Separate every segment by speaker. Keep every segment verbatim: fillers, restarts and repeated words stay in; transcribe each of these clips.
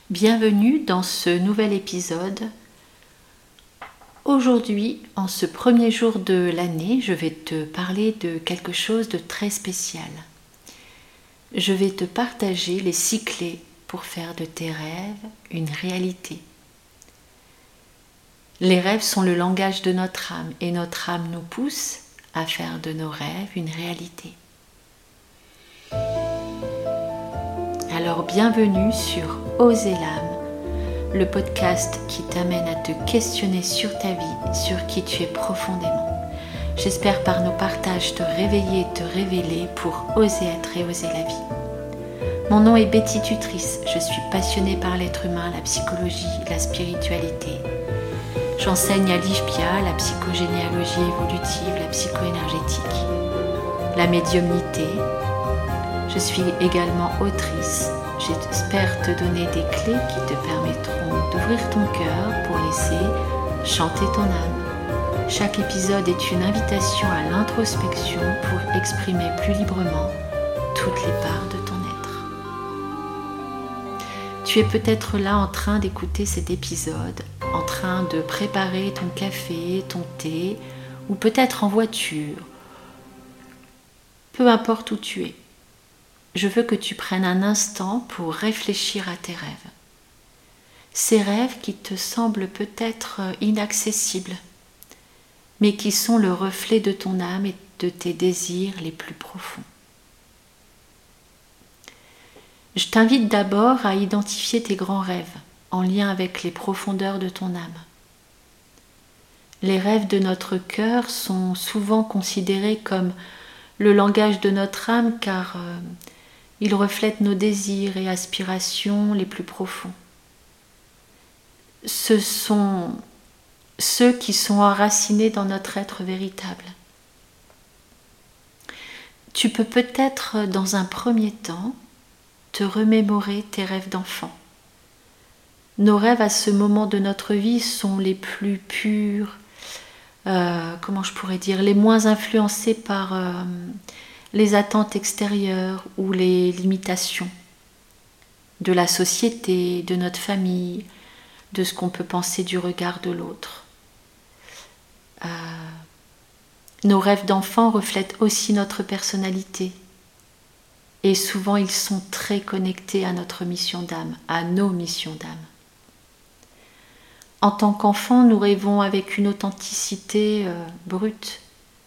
Speaker 1: Bienvenue dans ce nouvel épisode. Aujourd'hui, en ce premier jour de l'année, je vais te parler de quelque chose de très spécial. Je vais te partager les six clés pour faire de tes rêves une réalité. Les rêves sont le langage de notre âme et notre âme nous pousse à faire de nos rêves une réalité. Alors bienvenue sur Oser l'âme, le podcast qui t'amène à te questionner sur ta vie, sur qui tu es profondément. J'espère par nos partages te réveiller et te révéler pour oser être et oser la vie. Mon nom est Betty Tutrice, je suis passionnée par l'être humain, la psychologie, la spiritualité. J'enseigne à l'I J P A la psychogénéalogie évolutive, la psychoénergétique, la médiumnité. Je suis également autrice. J'espère te donner des clés qui te permettront d'ouvrir ton cœur pour laisser chanter ton âme. Chaque épisode est une invitation à l'introspection pour exprimer plus librement toutes les parts de ton être. Tu es peut-être là en train d'écouter cet épisode, en train de préparer ton café, ton thé, ou peut-être en voiture. Peu importe où tu es. Je veux que tu prennes un instant pour réfléchir à tes rêves. Ces rêves qui te semblent peut-être inaccessibles, mais qui sont le reflet de ton âme et de tes désirs les plus profonds. Je t'invite d'abord à identifier tes grands rêves en lien avec les profondeurs de ton âme. Les rêves de notre cœur sont souvent considérés comme le langage de notre âme car euh, ils reflètent nos désirs et aspirations les plus profonds. Ce sont ceux qui sont enracinés dans notre être véritable. Tu peux peut-être, dans un premier temps, te remémorer tes rêves d'enfant. Nos rêves à ce moment de notre vie sont les plus purs, euh, comment je pourrais dire, les moins influencés par euh, les attentes extérieures ou les limitations de la société, de notre famille, de ce qu'on peut penser du regard de l'autre. Euh, nos rêves d'enfant reflètent aussi notre personnalité et souvent ils sont très connectés à notre mission d'âme, à nos missions d'âme. En tant qu'enfant, nous rêvons avec une authenticité euh, brute.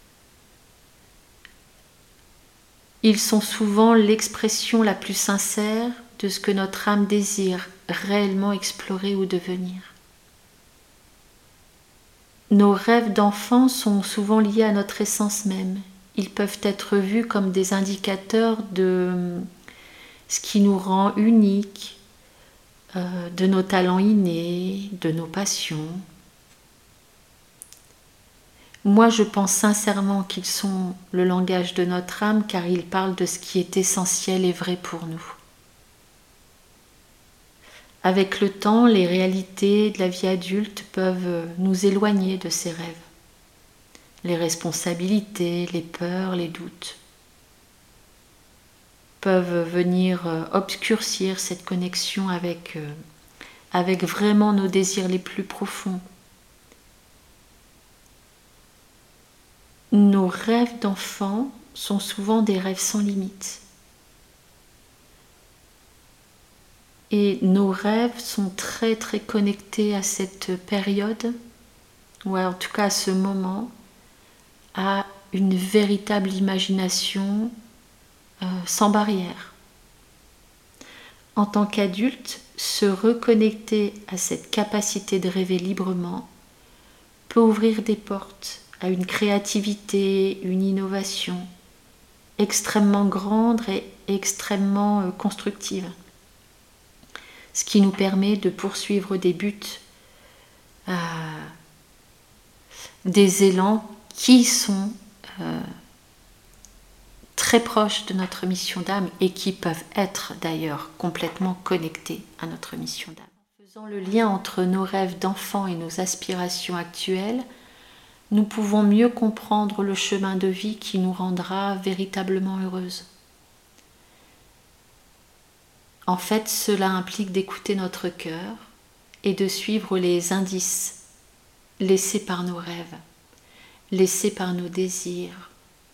Speaker 1: Ils sont souvent l'expression la plus sincère de ce que notre âme désire réellement explorer ou devenir. Nos rêves d'enfants sont souvent liés à notre essence même. Ils peuvent être vus comme des indicateurs de ce qui nous rend uniques, euh, de nos talents innés, de nos passions. Moi, je pense sincèrement qu'ils sont le langage de notre âme car ils parlent de ce qui est essentiel et vrai pour nous. Avec le temps, les réalités de la vie adulte peuvent nous éloigner de ces rêves. Les responsabilités, les peurs, les doutes peuvent venir obscurcir cette connexion avec, avec vraiment nos désirs les plus profonds. Nos rêves d'enfants sont souvent des rêves sans limite. Et nos rêves sont très très connectés à cette période, ou en tout cas à ce moment, à une véritable imagination euh, sans barrière. En tant qu'adulte, se reconnecter à cette capacité de rêver librement peut ouvrir des portes à une créativité, une innovation extrêmement grande et extrêmement constructive. Ce qui nous permet de poursuivre des buts, euh, des élans qui sont euh, très proches de notre mission d'âme et qui peuvent être d'ailleurs complètement connectés à notre mission d'âme. En faisant le lien entre nos rêves d'enfant et nos aspirations actuelles, nous pouvons mieux comprendre le chemin de vie qui nous rendra véritablement heureuses. En fait, cela implique d'écouter notre cœur et de suivre les indices laissés par nos rêves, laissés par nos désirs.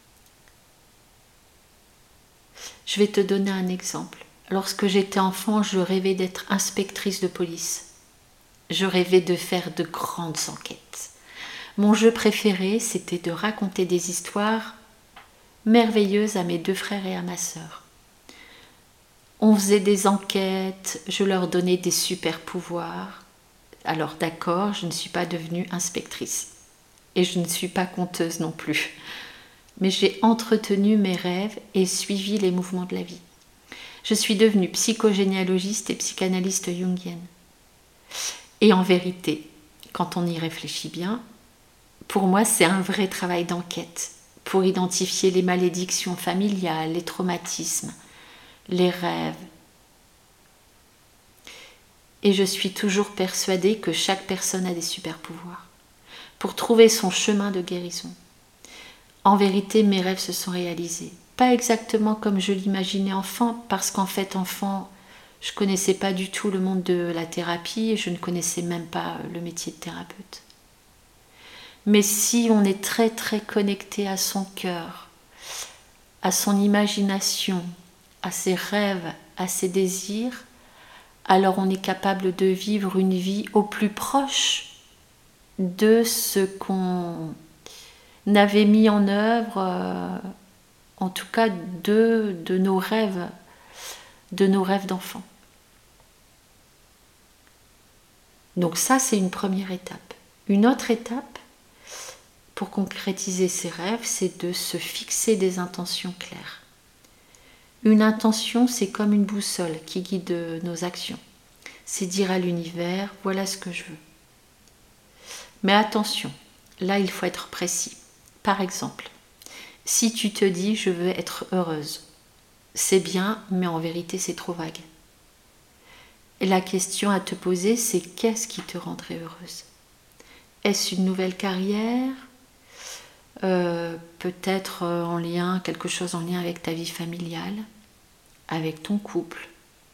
Speaker 1: Je vais te donner un exemple. Lorsque j'étais enfant, je rêvais d'être inspectrice de police. Je rêvais de faire de grandes enquêtes. Mon jeu préféré, c'était de raconter des histoires merveilleuses à mes deux frères et à ma sœur. On faisait des enquêtes, je leur donnais des super pouvoirs. Alors d'accord, je ne suis pas devenue inspectrice. Et je ne suis pas conteuse non plus. Mais j'ai entretenu mes rêves et suivi les mouvements de la vie. Je suis devenue psychogénéalogiste et psychanalyste jungienne. Et en vérité, quand on y réfléchit bien, pour moi c'est un vrai travail d'enquête pour identifier les malédictions familiales, les traumatismes, les rêves. Et je suis toujours persuadée que chaque personne a des super pouvoirs pour trouver son chemin de guérison. En vérité, mes rêves se sont réalisés. Pas exactement comme je l'imaginais enfant, parce qu'en fait, enfant, je ne connaissais pas du tout le monde de la thérapie et je ne connaissais même pas le métier de thérapeute. Mais si on est très très connecté à son cœur, à son imagination, à ses rêves, à ses désirs, alors on est capable de vivre une vie au plus proche de ce qu'on avait mis en œuvre, euh, en tout cas de, de nos rêves, de nos rêves d'enfant. Donc ça, c'est une première étape. Une autre étape, pour concrétiser ses rêves, c'est de se fixer des intentions claires. Une intention, c'est comme une boussole qui guide nos actions. C'est dire à l'univers, voilà ce que je veux. Mais attention, là il faut être précis. Par exemple, si tu te dis je veux être heureuse, c'est bien, mais en vérité c'est trop vague. Et la question à te poser, c'est qu'est-ce qui te rendrait heureuse? Est-ce une nouvelle carrière? euh, Peut-être en lien, quelque chose en lien avec ta vie familiale, avec ton couple.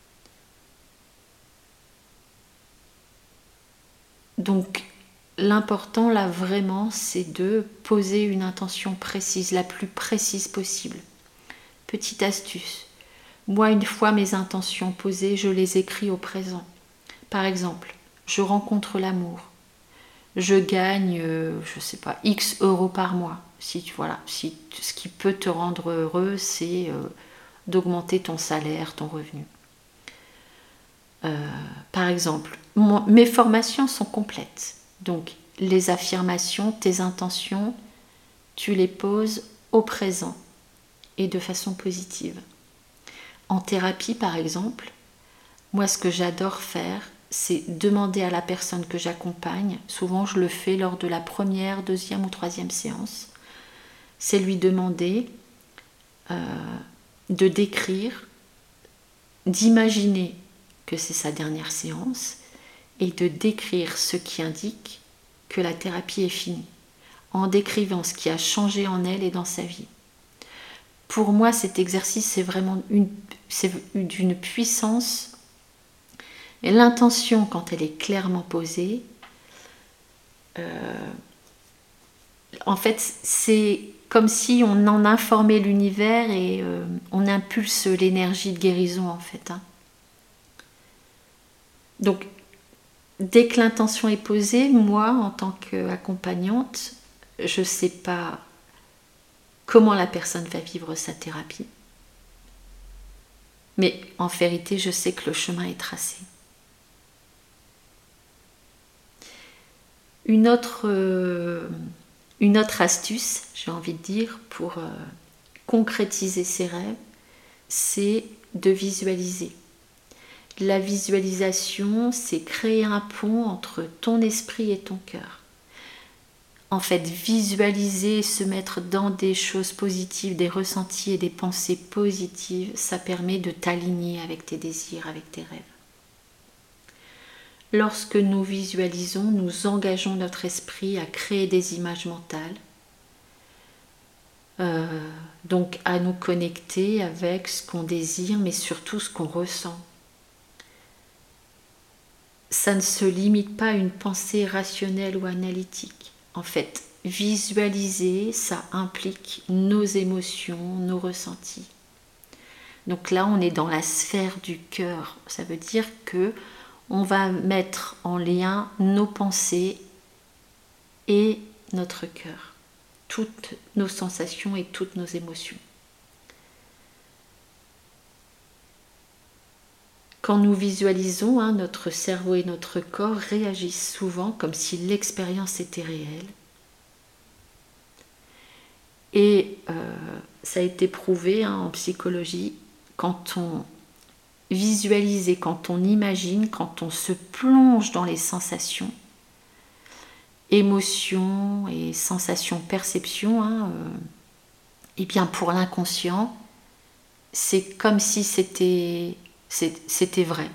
Speaker 1: Donc, l'important là vraiment, c'est de poser une intention précise, la plus précise possible. Petite astuce. Moi, une fois mes intentions posées, je les écris au présent. Par exemple, je rencontre l'amour. Je gagne, euh, je sais pas, X euros par mois. Si, voilà, si ce qui peut te rendre heureux, c'est euh, d'augmenter ton salaire, ton revenu. Euh, par exemple, mon, mes formations sont complètes. Donc, les affirmations, tes intentions, tu les poses au présent et de façon positive. En thérapie, par exemple, moi, ce que j'adore faire, c'est demander à la personne que j'accompagne, souvent je le fais lors de la première, deuxième ou troisième séance, c'est lui demander euh, de décrire, d'imaginer que c'est sa dernière séance et de décrire ce qui indique que la thérapie est finie, en décrivant ce qui a changé en elle et dans sa vie. Pour moi, cet exercice, c'est vraiment une, c'est d'une puissance. Et l'intention, quand elle est clairement posée, euh, en fait, c'est comme si on en informait l'univers et euh, on impulse l'énergie de guérison, en fait. Hein. Donc, dès que l'intention est posée, moi, en tant qu'accompagnante, je ne sais pas comment la personne va vivre sa thérapie. Mais en vérité, je sais que le chemin est tracé. Une autre, euh, une autre astuce, j'ai envie de dire, pour euh, concrétiser ses rêves, c'est de visualiser. La visualisation, c'est créer un pont entre ton esprit et ton cœur. En fait, visualiser, se mettre dans des choses positives, des ressentis et des pensées positives, ça permet de t'aligner avec tes désirs, avec tes rêves. Lorsque nous visualisons, nous engageons notre esprit à créer des images mentales, euh, donc à nous connecter avec ce qu'on désire, mais surtout ce qu'on ressent. ça ne se limite pas à une pensée rationnelle ou analytique. En fait, visualiser, ça implique nos émotions, nos ressentis. Donc là, on est dans la sphère du cœur. Ça veut dire que on va mettre en lien nos pensées et notre cœur, toutes nos sensations et toutes nos émotions. Quand nous visualisons, hein, notre cerveau et notre corps réagissent souvent comme si l'expérience était réelle. Et euh, ça a été prouvé hein, en psychologie, quand on visualise et quand on imagine, quand on se plonge dans les sensations, émotions et sensations, perceptions, hein, euh, et bien pour l'inconscient, c'est comme si c'était... c'était vrai.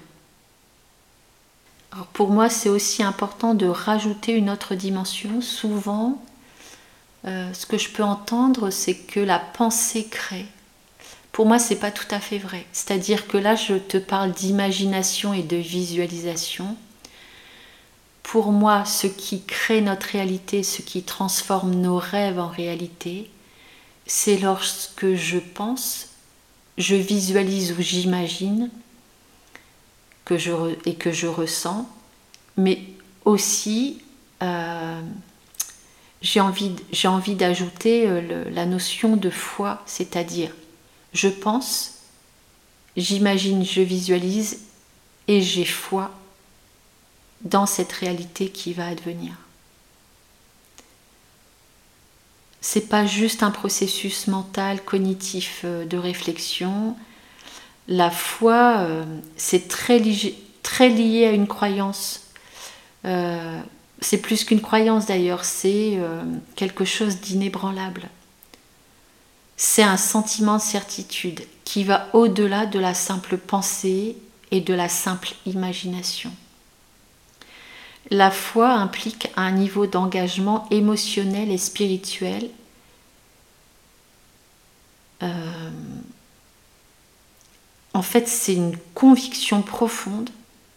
Speaker 1: Alors pour moi, c'est aussi important de rajouter une autre dimension. Souvent, euh, ce que je peux entendre, c'est que la pensée crée. Pour moi, c'est pas tout à fait vrai. C'est-à-dire que là, je te parle d'imagination et de visualisation. Pour moi, ce qui crée notre réalité, ce qui transforme nos rêves en réalité, c'est lorsque je pense, je visualise ou j'imagine que je re, et que je ressens, mais aussi euh, j'ai envie, j'ai envie d'ajouter le, la notion de foi, c'est-à-dire je pense, j'imagine, je visualise et j'ai foi dans cette réalité qui va advenir. C'est pas juste un processus mental, cognitif de réflexion. La foi, euh, c'est très, li- très lié à une croyance. Euh, c'est plus qu'une croyance d'ailleurs, c'est euh, quelque chose d'inébranlable. C'est un sentiment de certitude qui va au-delà de la simple pensée et de la simple imagination. La foi implique un niveau d'engagement émotionnel et spirituel euh, en fait, c'est une conviction profonde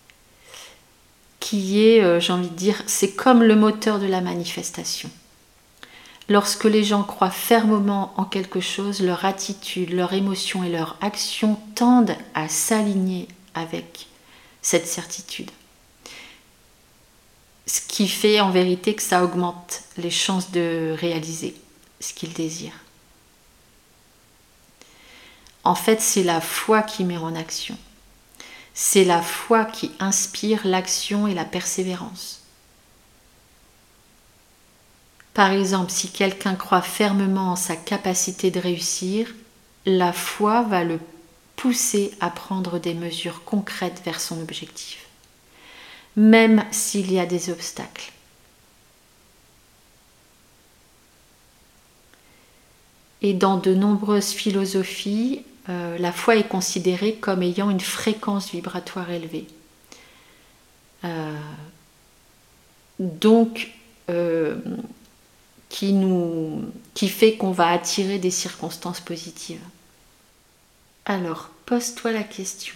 Speaker 1: qui est, euh, j'ai envie de dire, c'est comme le moteur de la manifestation. Lorsque les gens croient fermement en quelque chose, leur attitude, leur émotion et leur action tendent à s'aligner avec cette certitude. Ce qui fait en vérité que ça augmente les chances de réaliser ce qu'ils désirent. En fait, c'est la foi qui met en action. C'est la foi qui inspire l'action et la persévérance. Par exemple, si quelqu'un croit fermement en sa capacité de réussir, la foi va le pousser à prendre des mesures concrètes vers son objectif, même s'il y a des obstacles. Et dans de nombreuses philosophies, euh, la foi est considérée comme ayant une fréquence vibratoire élevée. Euh, donc, euh, qui, nous, qui fait qu'on va attirer des circonstances positives. Alors, pose-toi la question.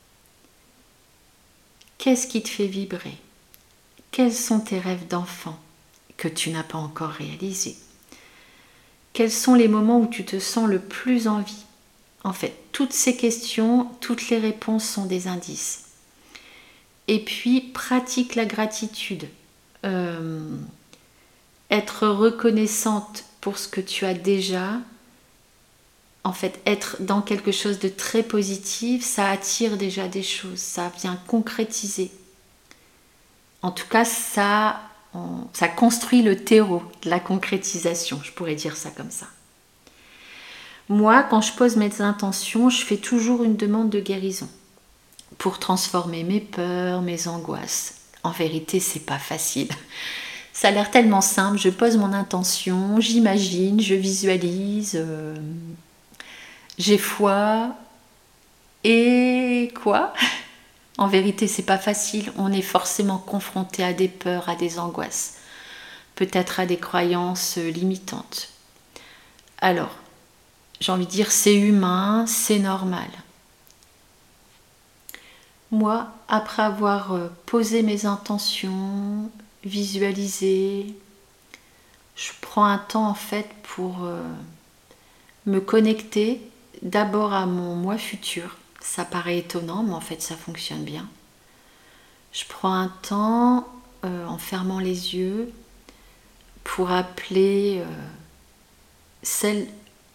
Speaker 1: Qu'est-ce qui te fait vibrer? Quels sont tes rêves d'enfant que tu n'as pas encore réalisés? Quels sont les moments où tu te sens le plus en vie? En fait, toutes ces questions, toutes les réponses sont des indices. Et puis, pratique la gratitude. Euh, être reconnaissante pour ce que tu as déjà. En fait, être dans quelque chose de très positif, ça attire déjà des choses, ça vient concrétiser. En tout cas, ça, on, ça construit le terreau de la concrétisation, je pourrais dire ça comme ça. Moi, quand je pose mes intentions, je fais toujours une demande de guérison pour transformer mes peurs, mes angoisses. En vérité, c'est pas facile. Ça a l'air tellement simple, je pose mon intention, j'imagine, je visualise, euh, j'ai foi, et quoi? En vérité, c'est pas facile, on est forcément confronté à des peurs, à des angoisses, peut-être à des croyances limitantes. Alors, j'ai envie de dire, c'est humain, c'est normal. moi, après avoir posé mes intentions, visualisé, je prends un temps en fait pour euh, me connecter d'abord à mon moi futur. Ça paraît étonnant, mais en fait ça fonctionne bien. Je prends un temps euh, en fermant les yeux pour appeler euh, celle,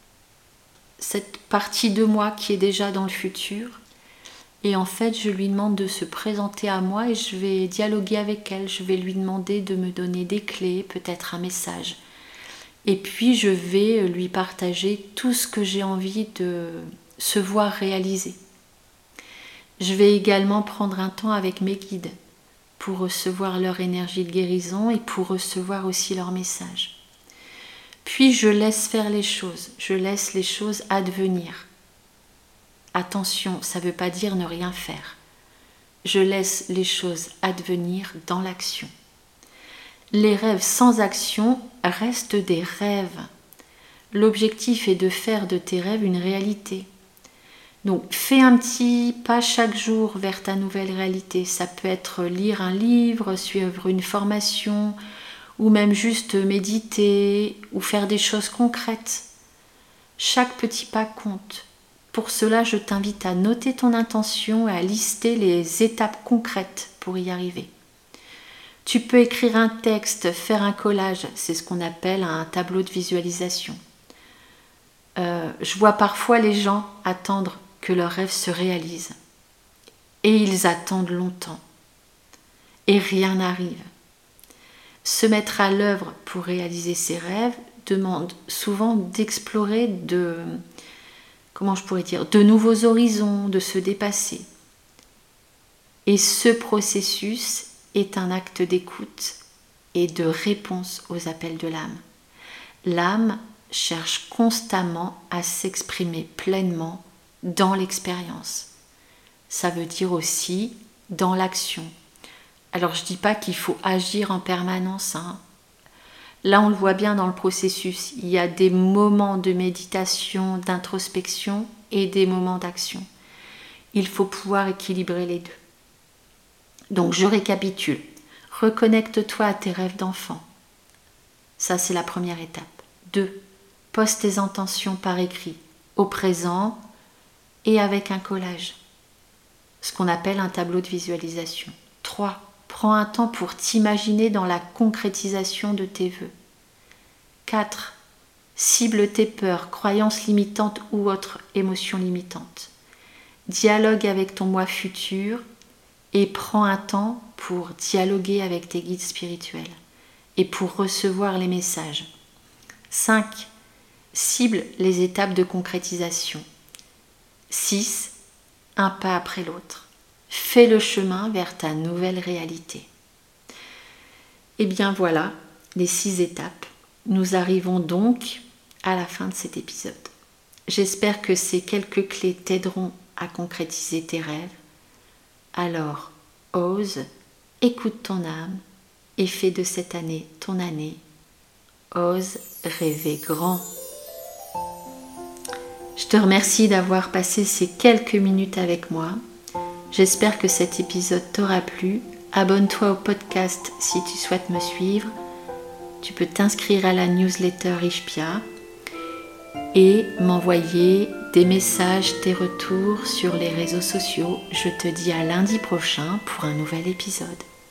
Speaker 1: cette partie de moi qui est déjà dans le futur. Et en fait, je lui demande de se présenter à moi et je vais dialoguer avec elle. Je vais lui demander de me donner des clés, peut-être un message. Et puis, je vais lui partager tout ce que j'ai envie de se voir réaliser. Je vais également prendre un temps avec mes guides pour recevoir leur énergie de guérison et pour recevoir aussi leur message. Puis, je laisse faire les choses. Je laisse les choses advenir. Attention, ça ne veut pas dire ne rien faire. Je laisse les choses advenir dans l'action. Les rêves sans action restent des rêves. L'objectif est de faire de tes rêves une réalité. Donc, fais un petit pas chaque jour vers ta nouvelle réalité. Ça peut être lire un livre, suivre une formation, ou même juste méditer, ou faire des choses concrètes. Chaque petit pas compte. Pour cela, je t'invite à noter ton intention et à lister les étapes concrètes pour y arriver. Tu peux écrire un texte, faire un collage, c'est ce qu'on appelle un tableau de visualisation. Euh, je vois parfois les gens attendre que leurs rêves se réalisent. Et ils attendent longtemps. Et rien n'arrive. Se mettre à l'œuvre pour réaliser ses rêves demande souvent d'explorer de... comment je pourrais dire, de nouveaux horizons, de se dépasser. Et ce processus est un acte d'écoute et de réponse aux appels de l'âme. L'âme cherche constamment à s'exprimer pleinement dans l'expérience. Ça veut dire aussi dans l'action. Alors je ne dis pas qu'il faut agir en permanence, hein. Là, on le voit bien dans le processus. Il y a des moments de méditation, d'introspection et des moments d'action. Il faut pouvoir équilibrer les deux. Donc, je récapitule. Reconnecte-toi à tes rêves d'enfant. Ça, c'est la première étape. Deux, pose tes intentions par écrit, au présent et avec un collage. Ce qu'on appelle un tableau de visualisation. Trois, prends un temps pour t'imaginer dans la concrétisation de tes vœux. quatre. Cible tes peurs, croyances limitantes ou autres émotions limitantes. Dialogue avec ton moi futur et prends un temps pour dialoguer avec tes guides spirituels et pour recevoir les messages. cinq. Cible les étapes de concrétisation. six. Un pas après l'autre. Fais le chemin vers ta nouvelle réalité. Et bien voilà, les six étapes. Nous arrivons donc à la fin de cet épisode. J'espère que ces quelques clés t'aideront à concrétiser tes rêves. Alors, ose, écoute ton âme et fais de cette année ton année. Ose rêver grand. Je te remercie d'avoir passé ces quelques minutes avec moi. J'espère que cet épisode t'aura plu. Abonne-toi au podcast si tu souhaites me suivre. Tu peux t'inscrire à la newsletter Ishpia et m'envoyer des messages, tes retours sur les réseaux sociaux. Je te dis à lundi prochain pour un nouvel épisode.